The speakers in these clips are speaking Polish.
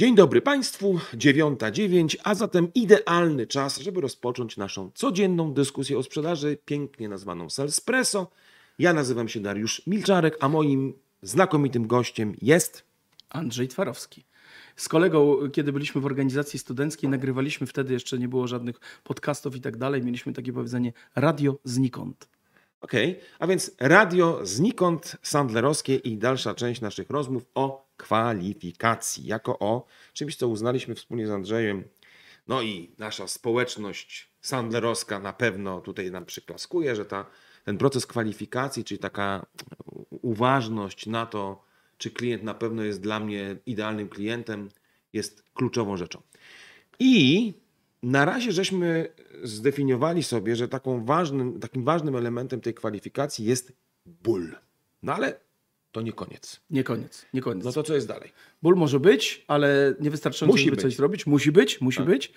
Dzień dobry Państwu, 9:09, a zatem idealny czas, żeby rozpocząć naszą codzienną dyskusję o sprzedaży, pięknie nazwaną Salespresso. Ja nazywam się Dariusz Milczarek, a moim znakomitym gościem jest... Andrzej Twarowski. Z kolegą, kiedy byliśmy w organizacji studenckiej, nagrywaliśmy wtedy, jeszcze nie było żadnych podcastów i tak dalej, mieliśmy takie powiedzenie radio znikąd. Okej, a więc radio znikąd sandlerowskie i dalsza część naszych rozmów o kwalifikacji, jako o czymś, co uznaliśmy wspólnie z Andrzejem. No i nasza społeczność sandlerowska na pewno tutaj nam przyklaskuje, że ten proces kwalifikacji, czyli taka uważność na to, czy klient na pewno jest dla mnie idealnym klientem, jest kluczową rzeczą. I na razie żeśmy zdefiniowali sobie, że takim ważnym elementem tej kwalifikacji jest ból. No ale to nie koniec. Nie koniec. No to co jest dalej? Ból może być, ale niewystarczająco, żeby coś zrobić. Musi być.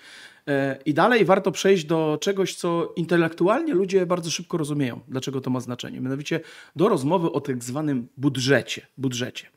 I dalej warto przejść do czegoś, co intelektualnie ludzie bardzo szybko rozumieją, dlaczego to ma znaczenie. Mianowicie do rozmowy o tak zwanym budżecie.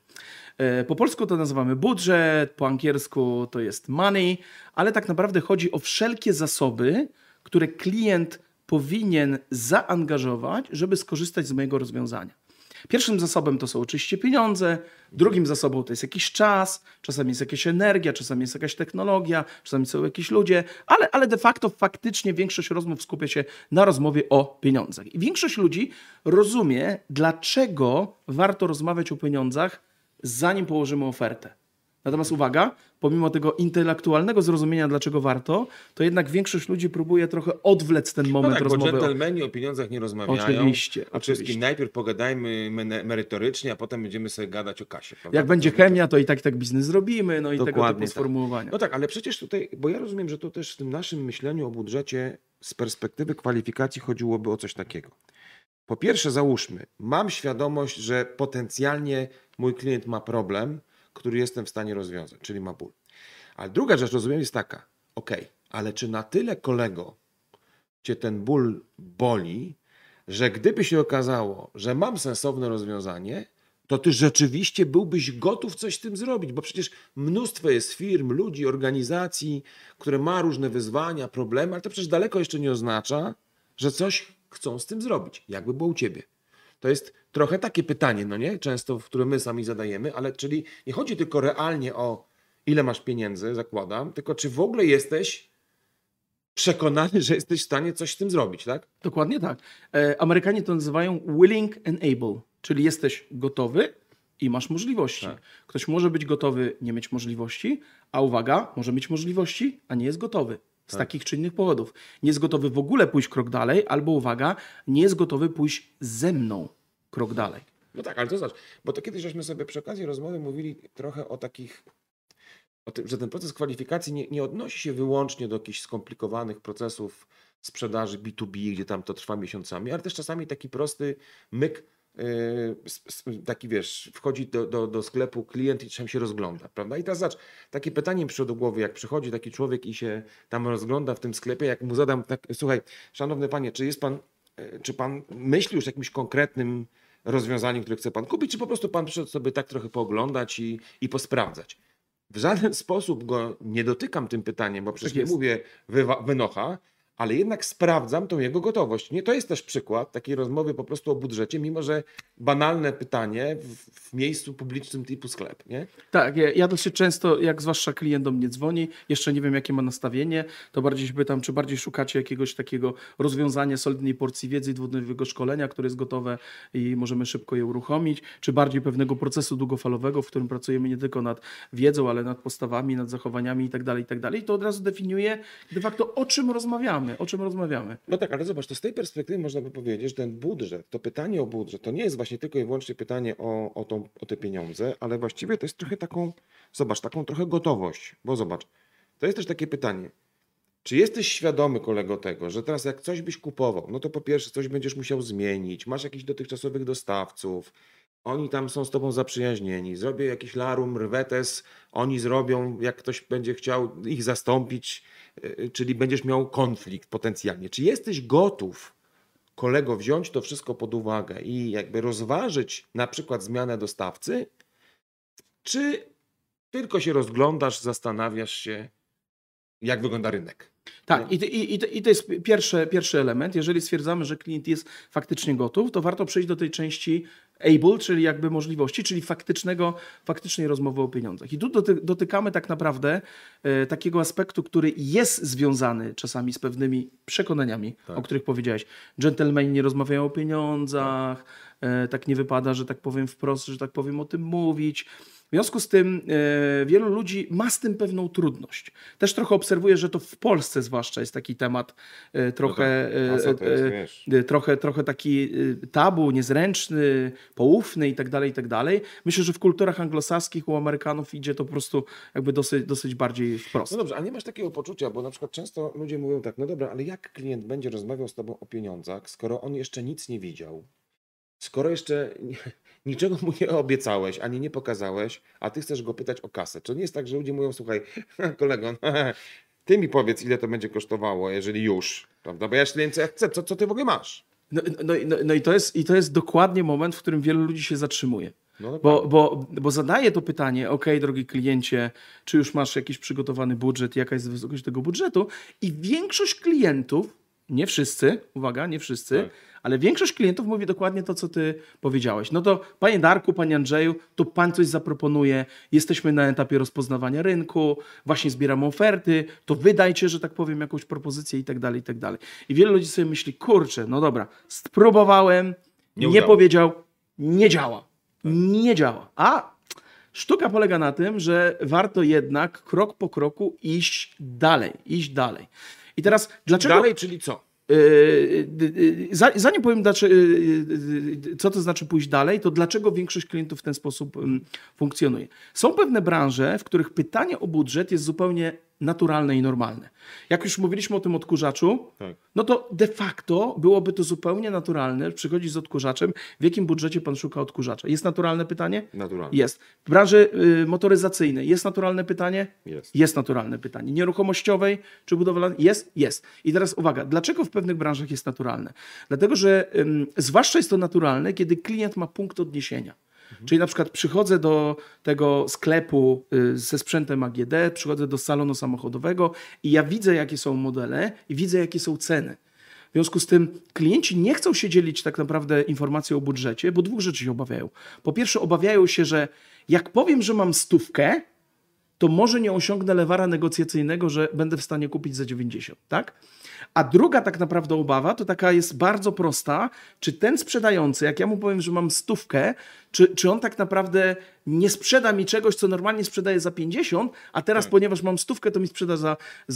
Po polsku to nazywamy budżet, po angielsku to jest money, ale tak naprawdę chodzi o wszelkie zasoby, które klient powinien zaangażować, żeby skorzystać z mojego rozwiązania. Pierwszym zasobem to są oczywiście pieniądze, drugim zasobem to jest jakiś czas, czasami jest jakaś energia, czasami jest jakaś technologia, czasami są jakieś ludzie, ale de facto faktycznie większość rozmów skupia się na rozmowie o pieniądzach. I większość ludzi rozumie, dlaczego warto rozmawiać o pieniądzach, zanim położymy ofertę. Natomiast uwaga, pomimo tego intelektualnego zrozumienia, dlaczego warto, to jednak większość ludzi próbuje trochę odwlec ten moment rozmowy. Bo dżentelmeni o pieniądzach nie rozmawiają. Oczywiście. Najpierw pogadajmy merytorycznie, a potem będziemy sobie gadać o kasie. Prawda? Jak będzie chemia, to i tak biznes zrobimy, no i Dokładnie tego typu sformułowania. No tak, ale przecież tutaj, bo ja rozumiem, że to też w tym naszym myśleniu o budżecie z perspektywy kwalifikacji chodziłoby o coś takiego. Po pierwsze, załóżmy, mam świadomość, że potencjalnie mój klient ma problem, który jestem w stanie rozwiązać, czyli ma ból. Ale druga rzecz, rozumiem, jest taka, ale czy na tyle, kolego, cię ten ból boli, że gdyby się okazało, że mam sensowne rozwiązanie, to ty rzeczywiście byłbyś gotów coś z tym zrobić, bo przecież mnóstwo jest firm, ludzi, organizacji, które ma różne wyzwania, problemy, ale to przecież daleko jeszcze nie oznacza, że coś chcą z tym zrobić. Jakby było u ciebie? To jest trochę takie pytanie, no nie? Często, które my sami zadajemy, ale czyli nie chodzi tylko realnie o ile masz pieniędzy, zakładam, tylko czy w ogóle jesteś przekonany, że jesteś w stanie coś z tym zrobić, tak? Dokładnie tak. Amerykanie to nazywają willing and able, czyli jesteś gotowy i masz możliwości. Tak. Ktoś może być gotowy, nie mieć możliwości, a uwaga, może mieć możliwości, a nie jest gotowy. Z takich czy innych powodów. Nie jest gotowy w ogóle pójść krok dalej, albo uwaga, nie jest gotowy pójść ze mną krok dalej. No tak, ale to zobacz, bo to kiedyś żeśmy sobie przy okazji rozmowy mówili trochę o takich, o tym, że ten proces kwalifikacji nie odnosi się wyłącznie do jakichś skomplikowanych procesów sprzedaży B2B, gdzie tam to trwa miesiącami, ale też czasami taki prosty myk, taki wiesz, wchodzi do sklepu klient i czym się rozgląda, prawda? I teraz zobacz, takie pytanie mi przyszło do głowy, jak przychodzi taki człowiek i się tam rozgląda w tym sklepie, jak mu zadam tak, słuchaj, szanowny panie, czy pan myśli już o jakimś konkretnym rozwiązaniu, które chce pan kupić, czy po prostu pan przyszedł sobie tak trochę pooglądać i posprawdzać? W żaden sposób go nie dotykam tym pytaniem, bo przecież nie mówię wynocha, ale jednak sprawdzam tą jego gotowość. Nie, to jest też przykład takiej rozmowy po prostu o budżecie, mimo że banalne pytanie w miejscu publicznym typu sklep, nie? Tak, ja dosyć często, jak zwłaszcza klient do mnie dzwoni, jeszcze nie wiem jakie ma nastawienie, to bardziej się pytam, czy bardziej szukacie jakiegoś takiego rozwiązania, solidnej porcji wiedzy i dwudniowego szkolenia, które jest gotowe i możemy szybko je uruchomić, czy bardziej pewnego procesu długofalowego, w którym pracujemy nie tylko nad wiedzą, ale nad postawami, nad zachowaniami itd. I to od razu definiuje de facto o czym rozmawiamy. No tak, ale zobacz, to z tej perspektywy można by powiedzieć, że ten budżet, to pytanie o budżet, to nie jest właśnie tylko i wyłącznie pytanie o te pieniądze, ale właściwie to jest trochę taką trochę gotowość, bo zobacz, to jest też takie pytanie, czy jesteś świadomy, kolego, tego, że teraz jak coś byś kupował, no to po pierwsze coś będziesz musiał zmienić, masz jakichś dotychczasowych dostawców, oni tam są z tobą zaprzyjaźnieni, zrobią jakiś larum, rwetes, oni zrobią, jak ktoś będzie chciał ich zastąpić, czyli będziesz miał konflikt potencjalnie. Czy jesteś gotów, kolego, wziąć to wszystko pod uwagę i jakby rozważyć na przykład zmianę dostawcy, czy tylko się rozglądasz, zastanawiasz się, jak wygląda rynek. Tak, i to jest pierwszy element. Jeżeli stwierdzamy, że klient jest faktycznie gotów, to warto przejść do tej części able, czyli jakby możliwości, czyli faktycznej rozmowy o pieniądzach. I tu dotykamy tak naprawdę takiego aspektu, który jest związany czasami z pewnymi przekonaniami, o których powiedziałeś. Dżentelmeni nie rozmawiają o pieniądzach, tak nie wypada, że tak powiem wprost, że tak powiem o tym mówić. W związku z tym wielu ludzi ma z tym pewną trudność. Też trochę obserwuję, że to w Polsce zwłaszcza jest taki temat trochę taki tabu, niezręczny, poufny i tak dalej. Myślę, że w kulturach anglosaskich u Amerykanów idzie to po prostu jakby dosyć bardziej wprost. No dobrze, a nie masz takiego poczucia, bo na przykład często ludzie mówią tak, no dobra, ale jak klient będzie rozmawiał z tobą o pieniądzach, skoro on jeszcze nic nie widział? Skoro jeszcze niczego mu nie obiecałeś, ani nie pokazałeś, a ty chcesz go pytać o kasę. To nie jest tak, że ludzie mówią, słuchaj, kolego, ty mi powiedz, ile to będzie kosztowało, jeżeli już, prawda? Bo ja jeszcze nie wiem, co ja chcę, co ty w ogóle masz? No i to jest dokładnie moment, w którym wielu ludzi się zatrzymuje. No Bo zadaje to pytanie, drogi kliencie, czy już masz jakiś przygotowany budżet, jaka jest wysokość tego budżetu? I większość klientów, nie wszyscy, uwaga, nie wszyscy, tak. Ale większość klientów mówi dokładnie to, co ty powiedziałeś. No to panie Darku, panie Andrzeju, to pan coś zaproponuje, jesteśmy na etapie rozpoznawania rynku, właśnie zbieramy oferty, to wydajcie, że tak powiem, jakąś propozycję i tak dalej, i tak dalej. I wielu ludzi sobie myśli, kurczę, no dobra, spróbowałem, nie powiedział, nie działa. Nie działa. A sztuka polega na tym, że warto jednak krok po kroku iść dalej. I teraz dlaczego... Dalej, czyli co? Zanim powiem, co to znaczy pójść dalej, to dlaczego większość klientów w ten sposób funkcjonuje. Są pewne branże, w których pytanie o budżet jest zupełnie naturalne i normalne. Jak już mówiliśmy o tym odkurzaczu, tak. No to de facto byłoby to zupełnie naturalne, przychodzić z odkurzaczem, w jakim budżecie pan szuka odkurzacza. Jest naturalne pytanie? Naturalne. Jest. W branży motoryzacyjnej jest naturalne pytanie? Jest. Jest naturalne pytanie. Nieruchomościowej czy budowlanej? Jest. I teraz uwaga, dlaczego w pewnych branżach jest naturalne? Dlatego, że zwłaszcza jest to naturalne, kiedy klient ma punkt odniesienia. Czyli na przykład przychodzę do tego sklepu ze sprzętem AGD, przychodzę do salonu samochodowego i ja widzę, jakie są modele i widzę, jakie są ceny. W związku z tym klienci nie chcą się dzielić tak naprawdę informacją o budżecie, bo dwóch rzeczy się obawiają. Po pierwsze obawiają się, że jak powiem, że mam 100, to może nie osiągnę lewara negocjacyjnego, że będę w stanie kupić za 90, tak? A druga tak naprawdę obawa to taka jest bardzo prosta, czy ten sprzedający, jak ja mu powiem, że mam 100, czy on tak naprawdę nie sprzeda mi czegoś, co normalnie sprzedaje za 50, a teraz ponieważ mam 100, to mi sprzeda za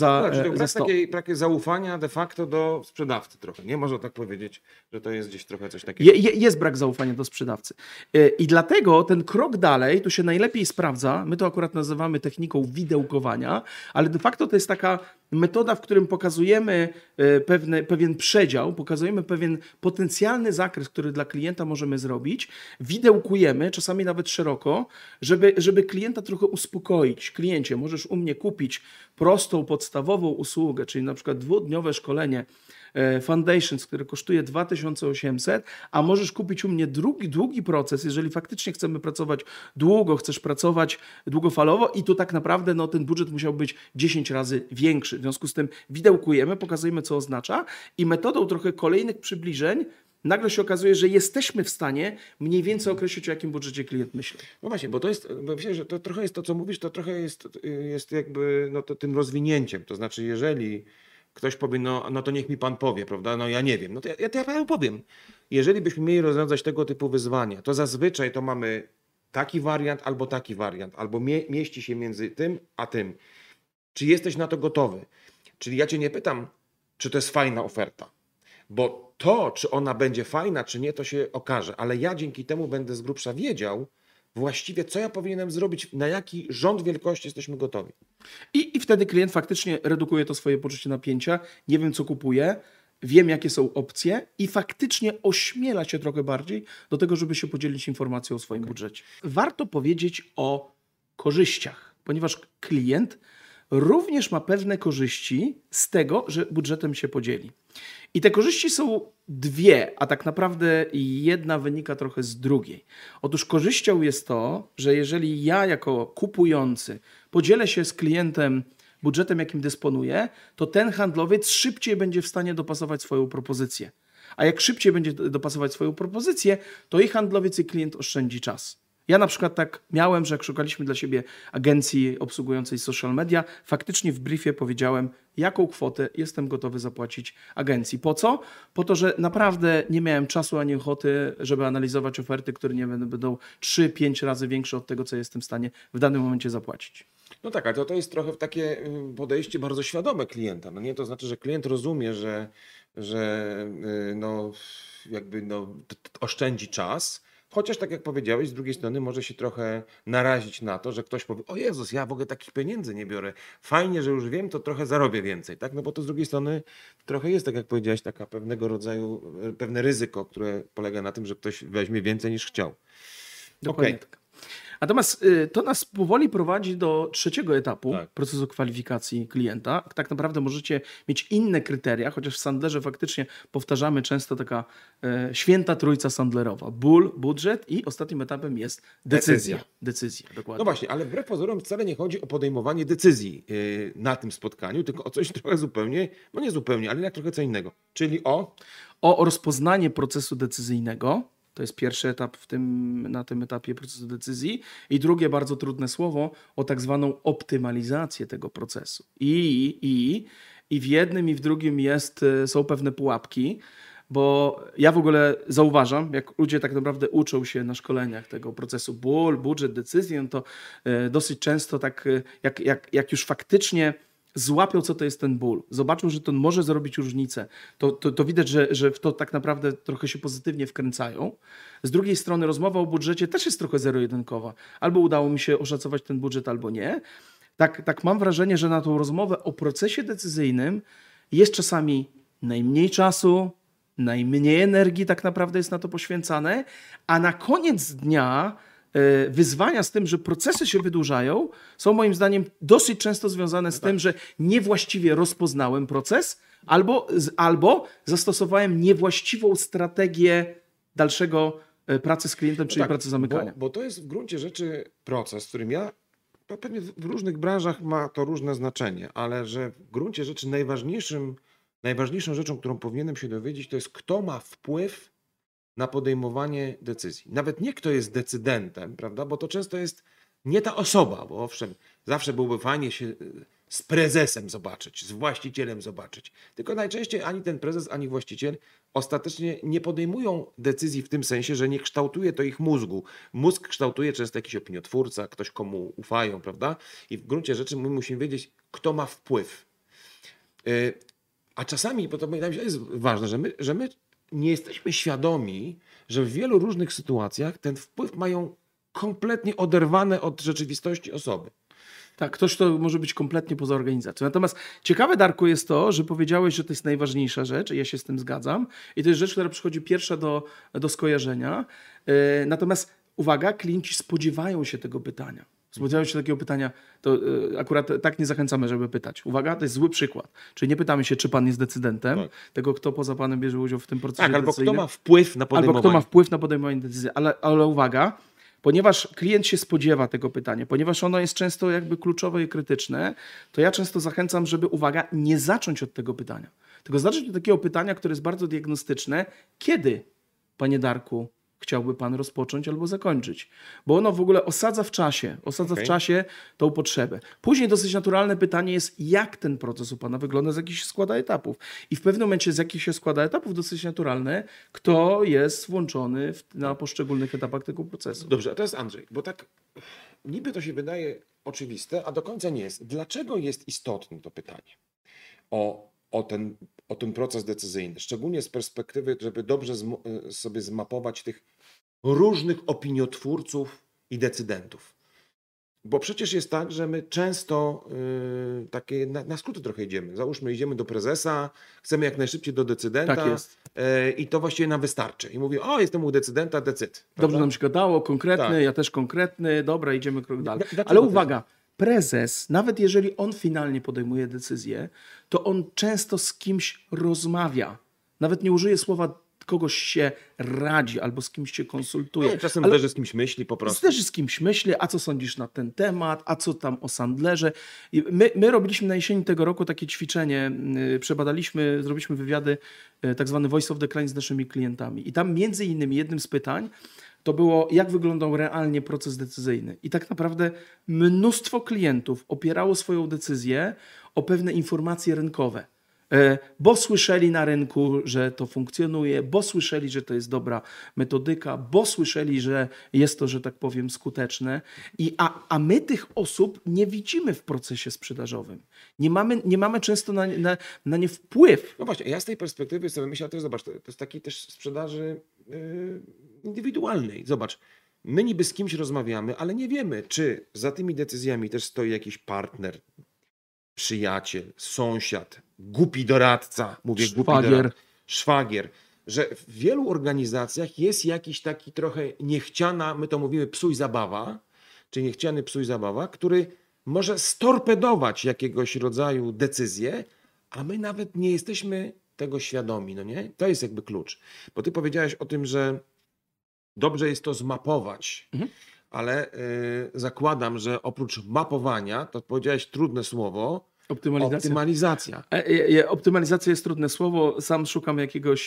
100. Takie zaufania de facto do sprzedawcy trochę, nie? Można tak powiedzieć, że to jest gdzieś trochę coś takiego. Jest brak zaufania do sprzedawcy. I dlatego ten krok dalej to się najlepiej sprawdza, my to akurat nazywamy techniką widełkowania, ale de facto to jest taka metoda, w którym pokazujemy pewien przedział, pokazujemy pewien potencjalny zakres, który dla klienta możemy zrobić, widełkujemy, czasami nawet szeroko, żeby klienta trochę uspokoić. Kliencie, możesz u mnie kupić prostą, podstawową usługę, czyli na przykład 2-dniowe szkolenie Foundations, które kosztuje 2800, a możesz kupić u mnie długi proces, jeżeli faktycznie chcemy pracować długo, chcesz pracować długofalowo i tu tak naprawdę ten budżet musiał być 10 razy większy. W związku z tym widełkujemy, pokazujemy, co oznacza i metodą trochę kolejnych przybliżeń nagle się okazuje, że jesteśmy w stanie mniej więcej określić, o jakim budżecie klient myśli. No właśnie, bo myślę, że to trochę jest to, co mówisz, to trochę jest jakby to tym rozwinięciem. To znaczy, jeżeli ktoś powie, no to niech mi pan powie, prawda? No ja nie wiem. No to ja panu powiem. Jeżeli byśmy mieli rozwiązać tego typu wyzwania, to zazwyczaj to mamy taki wariant, albo mieści się między tym a tym. Czy jesteś na to gotowy? Czyli ja cię nie pytam, czy to jest fajna oferta. Bo to, czy ona będzie fajna, czy nie, to się okaże. Ale ja dzięki temu będę z grubsza wiedział właściwie, co ja powinienem zrobić, na jaki rząd wielkości jesteśmy gotowi. I wtedy klient faktycznie redukuje to swoje poczucie napięcia. Nie wiem, co kupuję, wiem, jakie są opcje i faktycznie ośmiela się trochę bardziej do tego, żeby się podzielić informacją o swoim budżecie. Warto powiedzieć o korzyściach, ponieważ klient również ma pewne korzyści z tego, że budżetem się podzieli. I te korzyści są dwie, a tak naprawdę jedna wynika trochę z drugiej. Otóż korzyścią jest to, że jeżeli ja jako kupujący podzielę się z klientem budżetem, jakim dysponuję, to ten handlowiec szybciej będzie w stanie dopasować swoją propozycję. A jak szybciej będzie dopasować swoją propozycję, to i handlowiec, i klient oszczędzi czas. Ja na przykład tak miałem, że jak szukaliśmy dla siebie agencji obsługującej social media, faktycznie w briefie powiedziałem, jaką kwotę jestem gotowy zapłacić agencji. Po co? Po to, że naprawdę nie miałem czasu ani ochoty, żeby analizować oferty, które nie będą 3-5 razy większe od tego, co jestem w stanie w danym momencie zapłacić. No tak, ale to jest trochę takie podejście bardzo świadome klienta. No nie, to znaczy, że klient rozumie, że no, jakby oszczędzi czas. Chociaż tak jak powiedziałeś, z drugiej strony może się trochę narazić na to, że ktoś powie, o Jezus, ja w ogóle takich pieniędzy nie biorę. Fajnie, że już wiem, to trochę zarobię więcej, tak? No bo to z drugiej strony trochę jest, tak jak powiedziałeś, taka pewnego rodzaju, pewne ryzyko, które polega na tym, że ktoś weźmie więcej niż chciał. Dokładnie tak. Natomiast to nas powoli prowadzi do trzeciego etapu procesu kwalifikacji klienta. Tak naprawdę możecie mieć inne kryteria, chociaż w Sandlerze faktycznie powtarzamy często taka święta trójca sandlerowa. Ból, budżet i ostatnim etapem jest decyzja. Decyzja, dokładnie. No właśnie, ale wbrew pozorom wcale nie chodzi o podejmowanie decyzji na tym spotkaniu, tylko o coś trochę zupełnie, no nie zupełnie, ale jednak trochę co innego. Czyli o rozpoznanie procesu decyzyjnego. To jest pierwszy etap na tym etapie procesu decyzji. I drugie bardzo trudne słowo o tak zwaną optymalizację tego procesu. I w jednym i w drugim są pewne pułapki, bo ja w ogóle zauważam, jak ludzie tak naprawdę uczą się na szkoleniach tego procesu ból, budżet, decyzji, no to dosyć często tak jak już faktycznie złapią, co to jest ten ból, zobaczą, że to może zrobić różnicę, to widać, że w to tak naprawdę trochę się pozytywnie wkręcają. Z drugiej strony rozmowa o budżecie też jest trochę zero-jedynkowa. Albo udało mi się oszacować ten budżet, albo nie. Tak mam wrażenie, że na tą rozmowę o procesie decyzyjnym jest czasami najmniej czasu, najmniej energii tak naprawdę jest na to poświęcane, a na koniec dnia wyzwania z tym, że procesy się wydłużają, są moim zdaniem dosyć często związane z tym, że niewłaściwie rozpoznałem proces albo zastosowałem niewłaściwą strategię dalszego pracy z klientem, czyli pracy zamykania. Bo to jest w gruncie rzeczy proces, w którym pewnie w różnych branżach ma to różne znaczenie, ale że w gruncie rzeczy najważniejszą rzeczą, którą powinienem się dowiedzieć, to jest kto ma wpływ na podejmowanie decyzji. Nawet nie kto jest decydentem, prawda? Bo to często jest nie ta osoba, bo owszem, zawsze byłoby fajnie się z prezesem zobaczyć, z właścicielem zobaczyć. Tylko najczęściej ani ten prezes, ani właściciel ostatecznie nie podejmują decyzji w tym sensie, że nie kształtuje to ich mózgu. Mózg kształtuje często jakiś opiniotwórca, ktoś komu ufają, prawda? I w gruncie rzeczy my musimy wiedzieć, kto ma wpływ. A czasami, bo to jest ważne, że my nie jesteśmy świadomi, że w wielu różnych sytuacjach ten wpływ mają kompletnie oderwane od rzeczywistości osoby. Tak, ktoś to może być kompletnie poza organizacją. Natomiast ciekawe, Darku, jest to, że powiedziałeś, że to jest najważniejsza rzecz i ja się z tym zgadzam. I to jest rzecz, która przychodzi pierwsza do skojarzenia. Natomiast uwaga, klienci spodziewają się tego pytania. Spodziewają się takiego pytania, to akurat tak nie zachęcamy, żeby pytać. Uwaga, to jest zły przykład. Czyli nie pytamy się, czy pan jest decydentem, tego kto poza panem bierze udział w tym procesie albo kto ma wpływ na podejmowanie. Albo kto ma wpływ na podejmowanie decyzji. Ale uwaga, ponieważ klient się spodziewa tego pytania, ponieważ ono jest często jakby kluczowe i krytyczne, to ja często zachęcam, żeby, uwaga, nie zacząć od tego pytania. Tylko zacząć od takiego pytania, które jest bardzo diagnostyczne. Kiedy, panie Darku, chciałby pan rozpocząć albo zakończyć? Bo ono w ogóle osadza w czasie tą potrzebę. Później dosyć naturalne pytanie jest, jak ten proces u pana wygląda, z jakich się składa etapów. I w pewnym momencie z jakich się składa etapów, dosyć naturalne, kto jest włączony na poszczególnych etapach tego procesu. Dobrze, a to jest Andrzej, bo tak niby to się wydaje oczywiste, a do końca nie jest. Dlaczego jest istotne to pytanie o ten proces decyzyjny? Szczególnie z perspektywy, żeby dobrze sobie zmapować tych różnych opiniotwórców i decydentów. Bo przecież jest tak, że my często takie na skróty trochę idziemy. Załóżmy, idziemy do prezesa, chcemy jak najszybciej do decydenta. Tak jest. I to właściwie nam wystarczy. I mówię, jestem u decydenta, decyd. Dobrze nam się gadało, konkretny, ja też konkretny, dobra, idziemy krok dalej. Dlaczego Ale uwaga, prezes, nawet jeżeli on finalnie podejmuje decyzję, to on często z kimś rozmawia. Nawet nie użyje słowa kogoś się radzi albo z kimś się konsultuje. No, czasem też z kimś myśli po prostu. Też z kimś myśli, a co sądzisz na ten temat, a co tam o Sandlerze. I my robiliśmy na jesieni tego roku takie ćwiczenie, zrobiliśmy wywiady, tak zwany Voice of the Client z naszymi klientami. I tam między innymi jednym z pytań to było, jak wyglądał realnie proces decyzyjny. I tak naprawdę mnóstwo klientów opierało swoją decyzję o pewne informacje rynkowe. Bo słyszeli na rynku, że to funkcjonuje, bo słyszeli, że to jest dobra metodyka, bo słyszeli, że jest to, że tak powiem, skuteczne. A my tych osób nie widzimy w procesie sprzedażowym. Nie mamy często na nie wpływ. No właśnie, ja z tej perspektywy sobie myślę, też zobacz, to jest taki też sprzedaży indywidualnej. Zobacz, my niby z kimś rozmawiamy, ale nie wiemy, czy za tymi decyzjami też stoi jakiś partner, przyjaciel, sąsiad, głupi doradca, mówię szwagier, że w wielu organizacjach jest jakiś taki trochę niechciana, my to mówimy psuj zabawa, czy niechciany psuj zabawa, który może storpedować jakiegoś rodzaju decyzję, a my nawet nie jesteśmy tego świadomi, no nie? To jest jakby klucz. Bo ty powiedziałeś o tym, że dobrze jest to zmapować, ale zakładam, że oprócz mapowania, to powiedziałeś trudne słowo, optymalizacja. Optymalizacja jest trudne słowo, sam szukam jakiegoś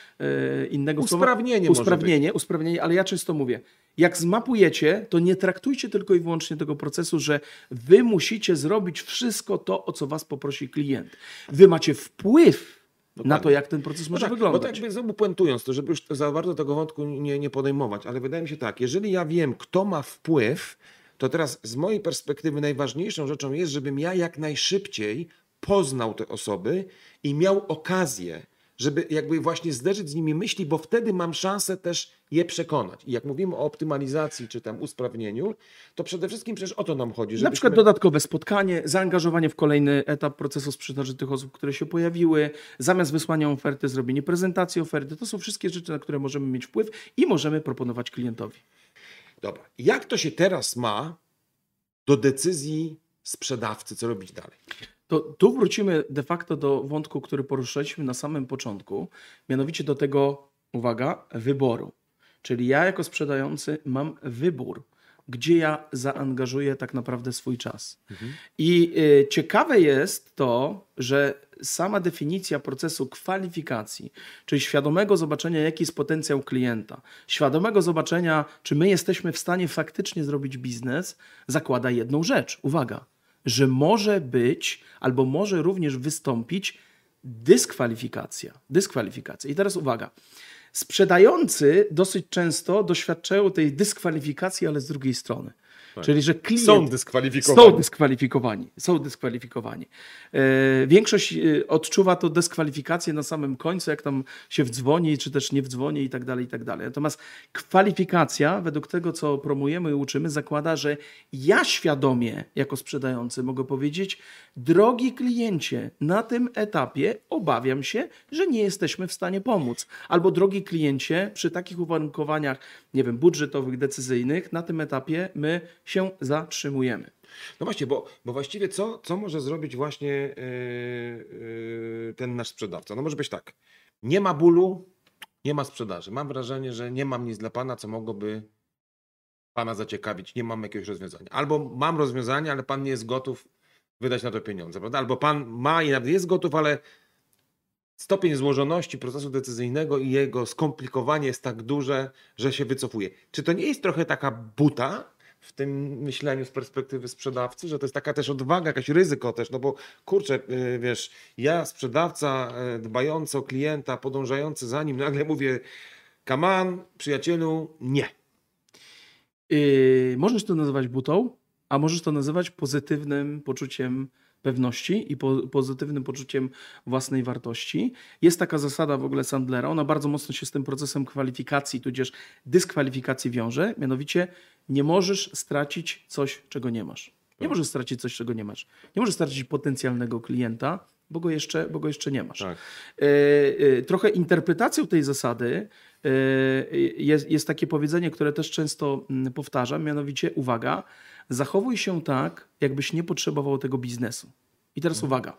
innego usprawnienie, ale ja często mówię, jak zmapujecie, to nie traktujcie tylko i wyłącznie tego procesu, że wy musicie zrobić wszystko to, o co was poprosi klient. Wy macie wpływ na to, jak ten proces może wyglądać. Bo tak jakby znowu puentując to, żeby już za bardzo tego wątku nie podejmować, ale wydaje mi się tak, jeżeli ja wiem, kto ma wpływ, to teraz z mojej perspektywy najważniejszą rzeczą jest, żebym ja jak najszybciej poznał te osoby i miał okazję, żeby jakby właśnie zderzyć z nimi myśli, bo wtedy mam szansę też je przekonać. I jak mówimy o optymalizacji czy tam usprawnieniu, to przede wszystkim przecież o to nam chodzi. Na przykład dodatkowe spotkanie, zaangażowanie w kolejny etap procesu sprzedaży tych osób, które się pojawiły, zamiast wysłania oferty, zrobienie prezentacji oferty. To są wszystkie rzeczy, na które możemy mieć wpływ i możemy proponować klientowi. Dobra. Jak to się teraz ma do decyzji sprzedawcy, co robić dalej? To tu wrócimy de facto do wątku, który poruszaliśmy na samym początku, mianowicie do tego, uwaga, wyboru. Czyli ja jako sprzedający mam wybór, gdzie ja zaangażuję tak naprawdę swój czas. I ciekawe jest to, że sama definicja procesu kwalifikacji, czyli świadomego zobaczenia, jaki jest potencjał klienta, świadomego zobaczenia, czy my jesteśmy w stanie faktycznie zrobić biznes, zakłada jedną rzecz. Uwaga, że może być albo może również wystąpić dyskwalifikacja. I teraz uwaga. Sprzedający dosyć często doświadczają tej dyskwalifikacji, ale z drugiej strony. Tak. Czyli, że klient... Są dyskwalifikowani. Większość odczuwa to dyskwalifikację na samym końcu, jak tam się wdzwoni, czy też nie wdzwoni i tak dalej, i tak dalej. Natomiast kwalifikacja, według tego, co promujemy i uczymy, zakłada, że ja świadomie, jako sprzedający, mogę powiedzieć, drogi kliencie, na tym etapie obawiam się, że nie jesteśmy w stanie pomóc. Albo drogi kliencie, przy takich uwarunkowaniach, nie wiem, budżetowych, decyzyjnych, na tym etapie my się zatrzymujemy. No właśnie, bo właściwie co może zrobić właśnie ten nasz sprzedawca? No może być tak, nie ma bólu, nie ma sprzedaży. Mam wrażenie, że nie mam nic dla pana, co mogłoby pana zaciekawić, nie mam jakiegoś rozwiązania. Albo mam rozwiązanie, ale pan nie jest gotów wydać na to pieniądze, prawda? Albo pan ma i nawet jest gotów, ale stopień złożoności procesu decyzyjnego i jego skomplikowanie jest tak duże, że się wycofuje. Czy to nie jest trochę taka buta w tym myśleniu z perspektywy sprzedawcy, że to jest taka też odwaga, jakaś ryzyko też, no bo kurczę, wiesz, ja sprzedawca dbający o klienta, podążający za nim, nagle mówię, come on, przyjacielu, nie. Możesz to nazywać butą, a możesz to nazywać pozytywnym poczuciem pewności i pozytywnym poczuciem własnej wartości. Jest taka zasada w ogóle Sandlera, ona bardzo mocno się z tym procesem kwalifikacji, tudzież dyskwalifikacji wiąże, mianowicie nie możesz stracić coś, czego nie masz. Nie możesz stracić coś, czego nie masz. Nie możesz stracić potencjalnego klienta, bo go jeszcze nie masz. Tak. Trochę interpretacją tej zasady jest takie powiedzenie, które też często powtarzam, mianowicie uwaga, zachowuj się tak, jakbyś nie potrzebował tego biznesu. I teraz uwaga.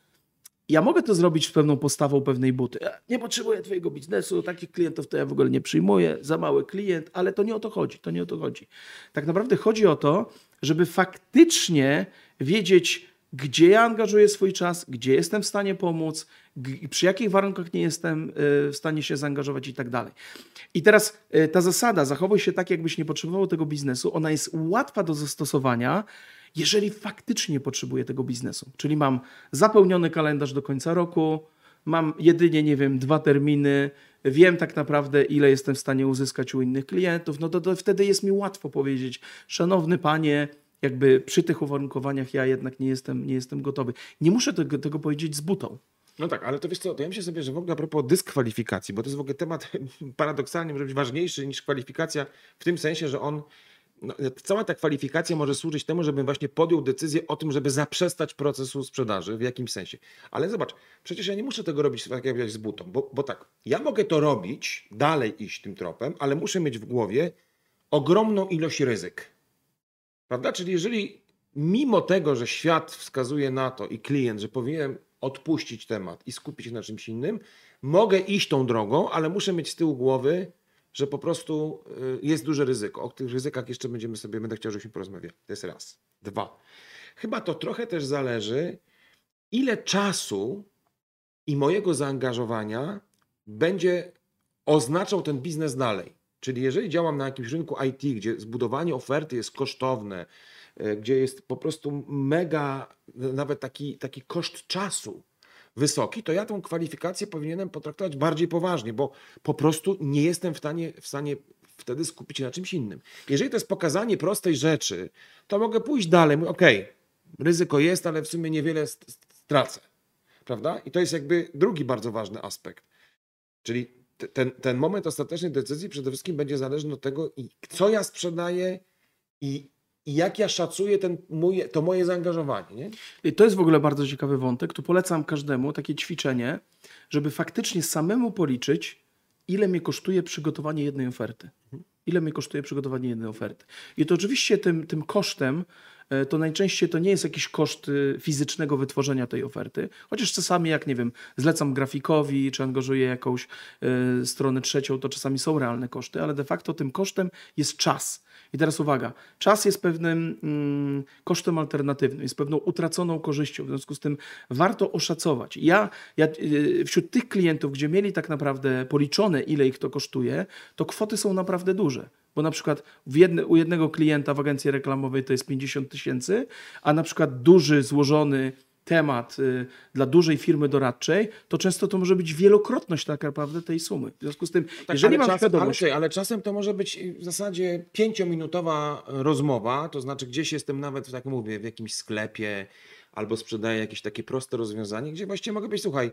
Ja mogę to zrobić z pewną postawą pewnej buty. Ja nie potrzebuję twojego biznesu, takich klientów to ja w ogóle nie przyjmuję, za mały klient, ale to nie o to chodzi, to nie o to chodzi. Tak naprawdę chodzi o to, żeby faktycznie wiedzieć, gdzie ja angażuję swój czas, gdzie jestem w stanie pomóc, przy jakich warunkach nie jestem w stanie się zaangażować i tak dalej. I teraz ta zasada, zachowuj się tak, jakbyś nie potrzebował tego biznesu, ona jest łatwa do zastosowania, jeżeli faktycznie potrzebuję tego biznesu. Czyli mam zapełniony kalendarz do końca roku, mam jedynie, nie wiem, 2 terminy, wiem tak naprawdę, ile jestem w stanie uzyskać u innych klientów, no to wtedy jest mi łatwo powiedzieć, szanowny panie, jakby przy tych uwarunkowaniach ja jednak nie jestem gotowy. Nie muszę tego powiedzieć z butą. No tak, ale to wiesz co, to ja myślę sobie, że w ogóle a propos dyskwalifikacji, bo to jest w ogóle temat paradoksalnie może być ważniejszy niż kwalifikacja w tym sensie, że cała ta kwalifikacja może służyć temu, żebym właśnie podjął decyzję o tym, żeby zaprzestać procesu sprzedaży w jakimś sensie. Ale zobacz, przecież ja nie muszę tego robić tak jak z butą, bo tak, ja mogę to robić, dalej iść tym tropem, ale muszę mieć w głowie ogromną ilość ryzyk. Prawda? Czyli jeżeli mimo tego, że świat wskazuje na to i klient, że powinienem odpuścić temat i skupić się na czymś innym, mogę iść tą drogą, ale muszę mieć z tyłu głowy, że po prostu jest duże ryzyko. O tych ryzykach jeszcze będę chciał, żebyśmy porozmawiali. To jest raz. 2. Chyba to trochę też zależy, ile czasu i mojego zaangażowania będzie oznaczał ten biznes dalej. Czyli jeżeli działam na jakimś rynku IT, gdzie zbudowanie oferty jest kosztowne, gdzie jest po prostu mega, nawet taki koszt czasu wysoki, to ja tą kwalifikację powinienem potraktować bardziej poważnie, bo po prostu nie jestem w stanie wtedy skupić się na czymś innym. Jeżeli to jest pokazanie prostej rzeczy, to mogę pójść dalej. Mówię, okej, ryzyko jest, ale w sumie niewiele stracę. Prawda? I to jest jakby drugi bardzo ważny aspekt. Czyli ten moment ostatecznej decyzji przede wszystkim będzie zależny od tego, co ja sprzedaję i jak ja szacuję to moje zaangażowanie. Nie? I to jest w ogóle bardzo ciekawy wątek. Tu polecam każdemu takie ćwiczenie, żeby faktycznie samemu policzyć, ile mnie kosztuje przygotowanie jednej oferty. Ile mnie kosztuje przygotowanie jednej oferty. I to oczywiście tym kosztem to najczęściej to nie jest jakiś koszt fizycznego wytworzenia tej oferty, chociaż czasami jak, nie wiem, zlecam grafikowi, czy angażuję jakąś stronę trzecią, to czasami są realne koszty, ale de facto tym kosztem jest czas. I teraz uwaga, czas jest pewnym kosztem alternatywnym, jest pewną utraconą korzyścią, w związku z tym warto oszacować. Ja wśród tych klientów, gdzie mieli tak naprawdę policzone, ile ich to kosztuje, to kwoty są naprawdę duże. Bo na przykład u jednego klienta w agencji reklamowej to jest 50 000, a na przykład duży, złożony temat dla dużej firmy doradczej, to często to może być wielokrotność tak naprawdę tej sumy. W związku z tym, tak, jeżeli mam świadomość... Ale czasem to może być w zasadzie 5-minutowa rozmowa, to znaczy gdzieś jestem nawet, tak mówię, w jakimś sklepie albo sprzedaję jakieś takie proste rozwiązanie, gdzie właściwie mogę być, słuchaj,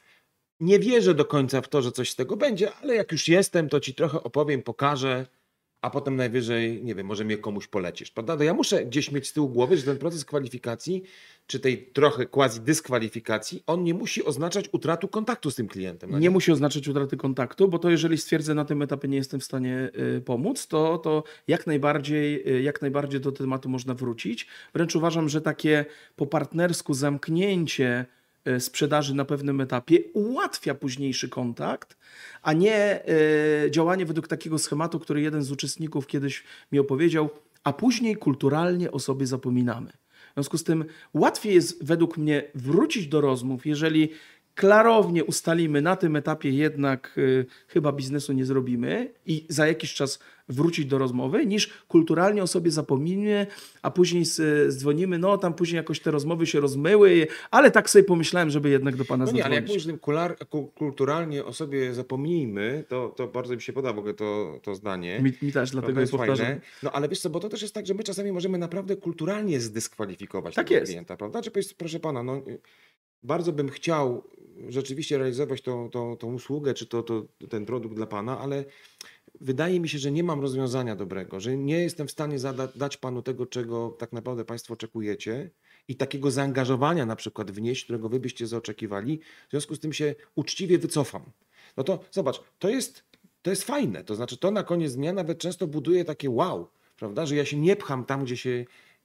nie wierzę do końca w to, że coś z tego będzie, ale jak już jestem, to ci trochę opowiem, pokażę, a potem najwyżej, nie wiem, może mnie komuś polecisz, prawda? To ja muszę gdzieś mieć z tyłu głowy, że ten proces kwalifikacji, czy tej trochę quasi dyskwalifikacji, on nie musi oznaczać utratu kontaktu z tym klientem. Nie musi oznaczać utraty kontaktu, bo to jeżeli stwierdzę na tym etapie nie jestem w stanie pomóc, to jak najbardziej do tematu można wrócić. Wręcz uważam, że takie po partnersku zamknięcie sprzedaży na pewnym etapie ułatwia późniejszy kontakt, a nie działanie według takiego schematu, który jeden z uczestników kiedyś mi opowiedział, a później kulturalnie o sobie zapominamy. W związku z tym łatwiej jest według mnie wrócić do rozmów, jeżeli klarownie ustalimy na tym etapie jednak chyba biznesu nie zrobimy i za jakiś czas wrócić do rozmowy, niż kulturalnie o sobie zapomnimy, a później zdzwonimy, no tam później jakoś te rozmowy się rozmyły, ale tak sobie pomyślałem, żeby jednak do pana zadzwonić. Ale jak mówisz kulturalnie o sobie zapomnijmy, to bardzo mi się podoba w ogóle to zdanie. Mi też, dlatego je powtarzam. Fajne. No ale wiesz co, bo to też jest tak, że my czasami możemy naprawdę kulturalnie zdyskwalifikować tak tego klienta, prawda? Czy proszę pana, no bardzo bym chciał rzeczywiście realizować tą usługę, czy ten produkt dla pana, ale wydaje mi się, że nie mam rozwiązania dobrego, że nie jestem w stanie dać panu tego, czego tak naprawdę państwo oczekujecie i takiego zaangażowania na przykład wnieść, którego wy byście zaoczekiwali. W związku z tym się uczciwie wycofam. No to zobacz, to jest fajne. To znaczy to na koniec dnia nawet często buduje takie wow, prawda, że ja się nie pcham tam, gdzie się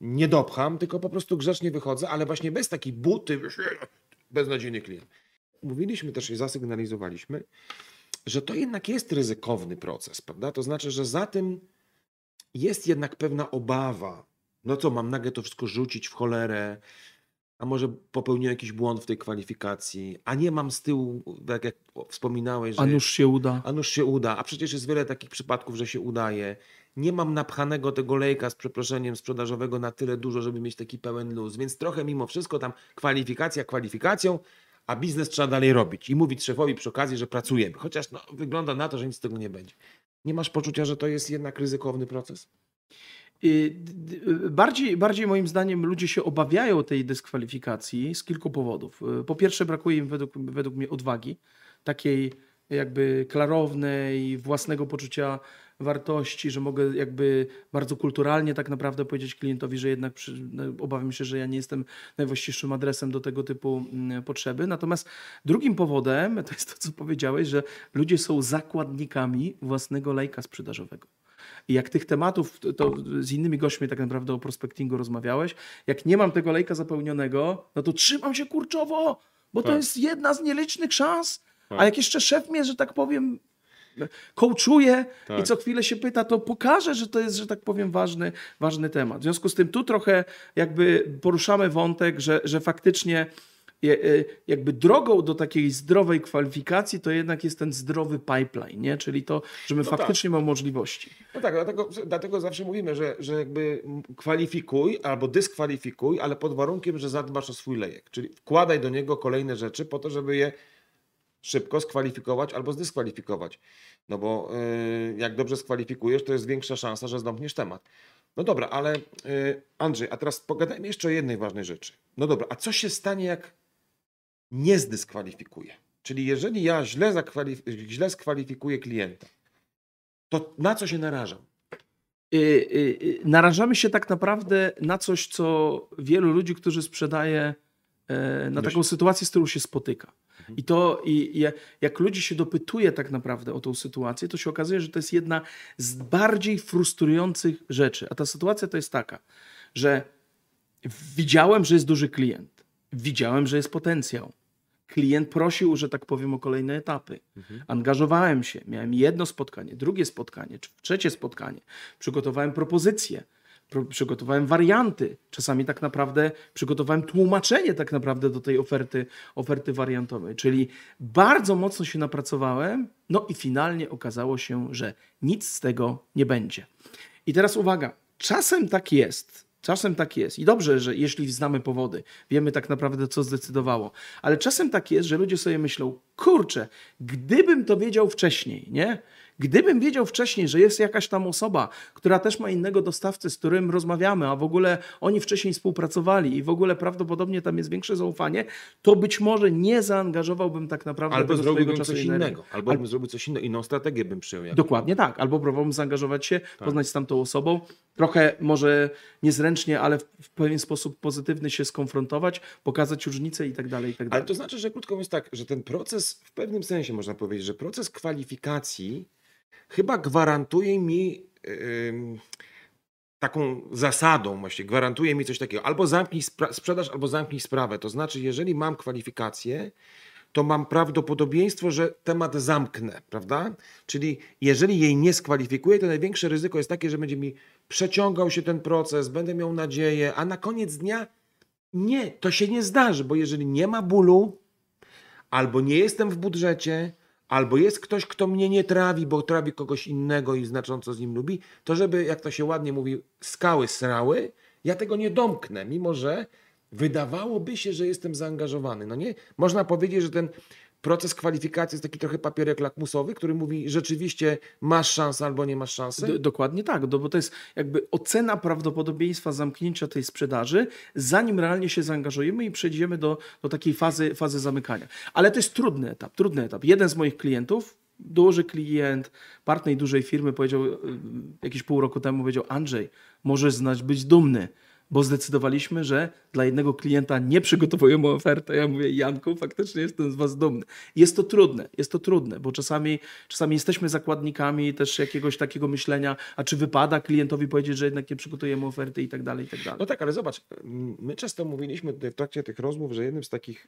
nie dopcham, tylko po prostu grzecznie wychodzę, ale właśnie bez takiej buty, beznadziejny klient. Mówiliśmy też i zasygnalizowaliśmy, że to jednak jest ryzykowny proces, prawda? To znaczy, że za tym jest jednak pewna obawa. No co, mam nagle to wszystko rzucić w cholerę, a może popełniłem jakiś błąd w tej kwalifikacji, a nie mam z tyłu, tak jak wspominałeś, że A nuż się uda. a nuż się uda, a przecież jest wiele takich przypadków, że się udaje. Nie mam napchanego tego lejka z przeproszeniem sprzedażowego na tyle dużo, żeby mieć taki pełen luz, więc trochę mimo wszystko tam kwalifikacja kwalifikacją, a biznes trzeba dalej robić i mówić szefowi przy okazji, że pracujemy. Chociaż no, wygląda na to, że nic z tego nie będzie. Nie masz poczucia, że to jest jednak ryzykowny proces? Bardziej moim zdaniem ludzie się obawiają tej dyskwalifikacji z kilku powodów. Po pierwsze brakuje im według mnie odwagi, takiej jakby klarownej, własnego poczucia wartości, że mogę jakby bardzo kulturalnie tak naprawdę powiedzieć klientowi, że jednak obawiam się, że ja nie jestem najwłaściwszym adresem do tego typu potrzeby. Natomiast drugim powodem to jest to, co powiedziałeś, że ludzie są zakładnikami własnego lejka sprzedażowego. I jak tych tematów, to z innymi gośćmi tak naprawdę o prospectingu rozmawiałeś, jak nie mam tego lejka zapełnionego, no to trzymam się kurczowo, bo to jest jedna z nielicznych szans. A jak jeszcze szef mnie, że tak powiem, coachuje i co chwilę się pyta, to pokaże, że to jest, że tak powiem, ważny temat. W związku z tym tu trochę jakby poruszamy wątek, że faktycznie jakby drogą do takiej zdrowej kwalifikacji to jednak jest ten zdrowy pipeline, nie? Czyli to, że my faktycznie mamy możliwości. No tak, dlatego zawsze mówimy, że jakby kwalifikuj albo dyskwalifikuj, ale pod warunkiem, że zadbasz o swój lejek. Czyli wkładaj do niego kolejne rzeczy po to, żeby je szybko skwalifikować albo zdyskwalifikować. No bo jak dobrze skwalifikujesz, to jest większa szansa, że zamkniesz temat. No dobra, ale Andrzej, a teraz pogadajmy jeszcze o jednej ważnej rzeczy. No dobra, a co się stanie, jak nie zdyskwalifikuję? Czyli jeżeli ja źle skwalifikuję klienta, to na co się narażam? Narażamy się tak naprawdę na coś, co wielu ludzi, którzy sprzedaje, na taką sytuację, z którą się spotyka. Jak ludzi się dopytuje tak naprawdę o tą sytuację, to się okazuje, że to jest jedna z bardziej frustrujących rzeczy. A ta sytuacja to jest taka, że widziałem, że jest duży klient. Widziałem, że jest potencjał. Klient prosił, że tak powiem, o kolejne etapy. Angażowałem się. Miałem jedno spotkanie, drugie spotkanie, trzecie spotkanie. Przygotowałem propozycje. Przygotowałem warianty. Czasami tak naprawdę przygotowałem tłumaczenie tak naprawdę do tej oferty wariantowej. Czyli bardzo mocno się napracowałem, no i finalnie okazało się, że nic z tego nie będzie. I teraz uwaga, czasem tak jest. Czasem tak jest. I dobrze, że jeśli znamy powody, wiemy tak naprawdę, co zdecydowało. Ale czasem tak jest, że ludzie sobie myślą, kurczę, gdybym to wiedział wcześniej, nie? Gdybym wiedział wcześniej, że jest jakaś tam osoba, która też ma innego dostawcę, z którym rozmawiamy, a w ogóle oni wcześniej współpracowali i w ogóle prawdopodobnie tam jest większe zaufanie, to być może nie zaangażowałbym tak naprawdę albo tego swojego czasu coś i energii. innego, albo bym zrobił coś innego, inną strategię bym przyjął. Dokładnie tak. Albo próbowałbym zaangażować się, poznać z tamtą osobą, trochę może niezręcznie, ale w pewien sposób pozytywny się skonfrontować, pokazać różnice i tak dalej, i tak dalej. Ale to znaczy, że krótko mówiąc tak, że ten proces, w pewnym sensie można powiedzieć, że proces kwalifikacji chyba gwarantuje mi taką zasadą, właściwie gwarantuje mi coś takiego. Albo zamknij sprzedaż, albo zamknij sprawę. To znaczy, jeżeli mam kwalifikację, to mam prawdopodobieństwo, że temat zamknę, prawda? Czyli jeżeli jej nie skwalifikuję, to największe ryzyko jest takie, że będzie mi przeciągał się ten proces, będę miał nadzieję, a na koniec dnia nie, to się nie zdarzy, bo jeżeli nie ma bólu, albo nie jestem w budżecie, albo jest ktoś, kto mnie nie trawi, bo trawi kogoś innego i znacząco z nim lubi, to żeby, jak to się ładnie mówi, skały srały, ja tego nie domknę, mimo że wydawałoby się, że jestem zaangażowany. No nie? Można powiedzieć, że ten proces kwalifikacji jest taki trochę papierek lakmusowy, który mówi, rzeczywiście masz szansę albo nie masz szansy. Dokładnie tak, bo to jest jakby ocena prawdopodobieństwa zamknięcia tej sprzedaży, zanim realnie się zaangażujemy i przejdziemy do takiej fazy zamykania. Ale to jest trudny etap. Jeden z moich klientów, duży klient, partner dużej firmy powiedział jakieś pół roku temu, powiedział: Andrzej, możesz być dumny, bo zdecydowaliśmy, że dla jednego klienta nie przygotowujemy ofertę. Ja mówię, Janku, faktycznie jestem z was dumny. Jest to trudne, bo czasami jesteśmy zakładnikami też jakiegoś takiego myślenia, a czy wypada klientowi powiedzieć, że jednak nie przygotujemy oferty i tak dalej, i tak dalej. No tak, ale zobacz, my często mówiliśmy tutaj w trakcie tych rozmów, że jednym z takich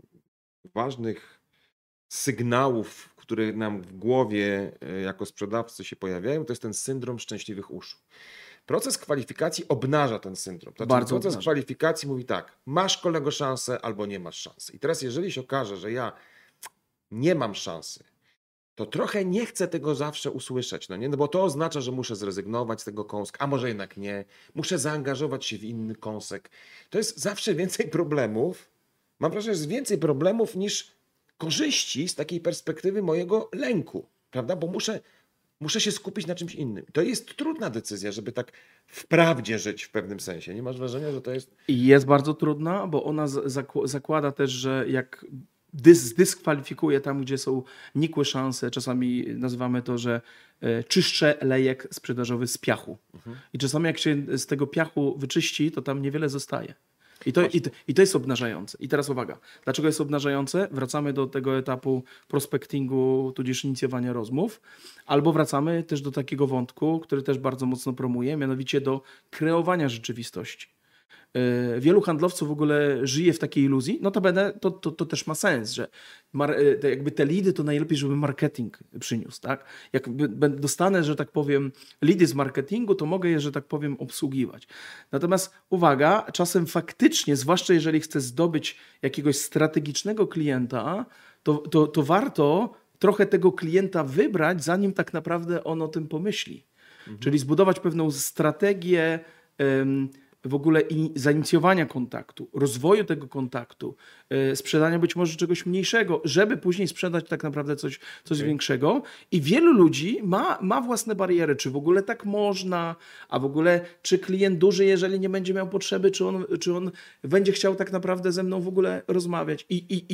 ważnych sygnałów, które nam w głowie jako sprzedawcy się pojawiają, to jest ten syndrom szczęśliwych uszu. Proces kwalifikacji obnaża ten syndrom. Znaczy, Bardzo proces obnaża. kwalifikacji mówi tak, masz kolego szansę albo nie masz szansy. I teraz jeżeli się okaże, że ja nie mam szansy, to trochę nie chcę tego zawsze usłyszeć, no nie? No bo to oznacza, że muszę zrezygnować z tego kąska, a może jednak nie. Muszę zaangażować się w inny kąsek. To jest zawsze więcej problemów. Mam wrażenie, że jest więcej problemów niż korzyści z takiej perspektywy mojego lęku, prawda? Bo muszę się skupić na czymś innym. To jest trudna decyzja, żeby tak w prawdzie żyć w pewnym sensie. Nie masz wrażenia, że to jest... I jest bardzo trudna, bo ona zakłada też, że jak dyskwalifikuje tam, gdzie są nikłe szanse, czasami nazywamy to, że czyszczę lejek sprzedażowy z piachu. I czasami jak się z tego piachu wyczyści, to tam niewiele zostaje. I to jest obnażające. I teraz uwaga, dlaczego jest obnażające? Wracamy do tego etapu prospectingu, tudzież inicjowania rozmów, albo wracamy też do takiego wątku, który też bardzo mocno promuję, mianowicie do kreowania rzeczywistości. Wielu handlowców w ogóle żyje w takiej iluzji, notabene to też ma sens, że jakby te lidy to najlepiej, żeby marketing przyniósł. Tak? Jak dostanę, że tak powiem, lidy z marketingu, to mogę je, że tak powiem, obsługiwać. Natomiast uwaga, czasem faktycznie, zwłaszcza jeżeli chcę zdobyć jakiegoś strategicznego klienta, to warto trochę tego klienta wybrać, zanim tak naprawdę on o tym pomyśli. Czyli zbudować pewną strategię w ogóle zainicjowania kontaktu, rozwoju tego kontaktu, sprzedania być może czegoś mniejszego, żeby później sprzedać tak naprawdę coś większego. I wielu ludzi ma własne bariery, czy w ogóle tak można, a w ogóle czy klient duży, jeżeli nie będzie miał potrzeby, czy on będzie chciał tak naprawdę ze mną w ogóle rozmawiać. I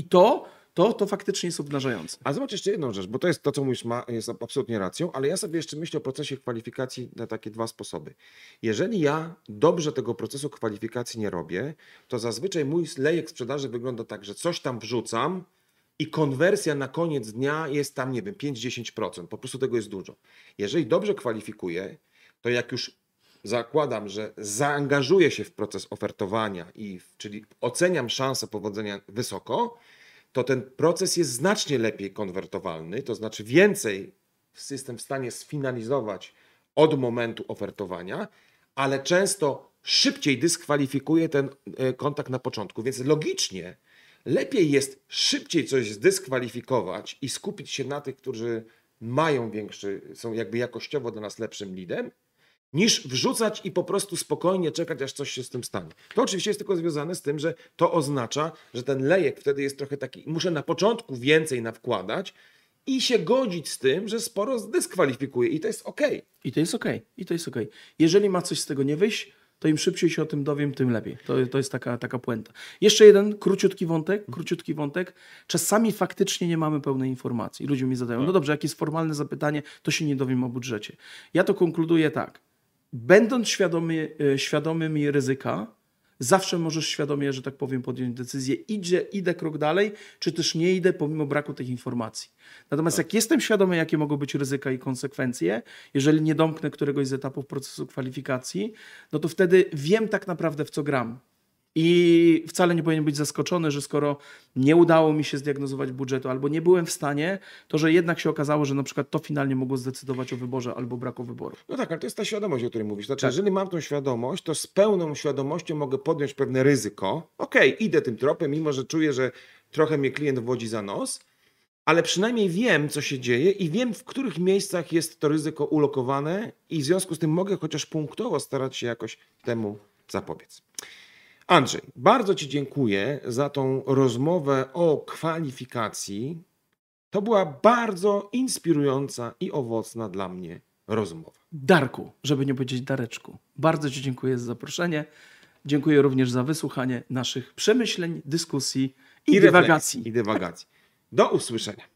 to faktycznie jest obnażające. A zobacz jeszcze jedną rzecz, bo to jest to, co mówisz, jest absolutnie racją, ale ja sobie jeszcze myślę o procesie kwalifikacji na takie dwa sposoby. Jeżeli ja dobrze tego procesu kwalifikacji nie robię, to zazwyczaj mój lejek sprzedaży wygląda tak, że coś tam wrzucam i konwersja na koniec dnia jest tam, nie wiem, 5-10%. Po prostu tego jest dużo. Jeżeli dobrze kwalifikuję, to jak już zakładam, że zaangażuję się w proces ofertowania, czyli oceniam szansę powodzenia wysoko, to ten proces jest znacznie lepiej konwertowalny, to znaczy więcej system w stanie sfinalizować od momentu ofertowania, ale często szybciej dyskwalifikuje ten kontakt na początku, więc logicznie lepiej jest szybciej coś zdyskwalifikować i skupić się na tych, którzy mają są jakby jakościowo dla nas lepszym leadem, niż wrzucać i po prostu spokojnie czekać, aż coś się z tym stanie. To oczywiście jest tylko związane z tym, że to oznacza, że ten lejek wtedy jest trochę taki, muszę na początku więcej nawkładać i się godzić z tym, że sporo zdyskwalifikuję i to jest okej. I to jest okej. Jeżeli ma coś z tego nie wyjść, to im szybciej się o tym dowiem, tym lepiej. To jest taka puenta. Jeszcze jeden króciutki wątek. Czasami faktycznie nie mamy pełnej informacji. Ludzie mi zadają, no dobrze, jak jest formalne zapytanie, to się nie dowiem o budżecie. Ja to konkluduję tak. Będąc świadomymi ryzyka, zawsze możesz świadomie, że tak powiem, podjąć decyzję, idę krok dalej, czy też nie idę pomimo braku tych informacji. Natomiast jak jestem świadomy, jakie mogą być ryzyka i konsekwencje, jeżeli nie domknę któregoś z etapów procesu kwalifikacji, no to wtedy wiem tak naprawdę, w co gram. I wcale nie powinien być zaskoczony, że skoro nie udało mi się zdiagnozować budżetu albo nie byłem w stanie, to że jednak się okazało, że na przykład to finalnie mogło zdecydować o wyborze albo braku wyboru. No tak, ale to jest ta świadomość, o której mówisz. Znaczy, jeżeli mam tą świadomość, to z pełną świadomością mogę podjąć pewne ryzyko. Okej, idę tym tropem, mimo że czuję, że trochę mnie klient wodzi za nos, ale przynajmniej wiem, co się dzieje i wiem, w których miejscach jest to ryzyko ulokowane i w związku z tym mogę chociaż punktowo starać się jakoś temu zapobiec. Andrzej, bardzo Ci dziękuję za tą rozmowę o kwalifikacji. To była bardzo inspirująca i owocna dla mnie rozmowa. Darku, żeby nie powiedzieć Dareczku, bardzo Ci dziękuję za zaproszenie. Dziękuję również za wysłuchanie naszych przemyśleń, dyskusji i dywagacji. Do usłyszenia.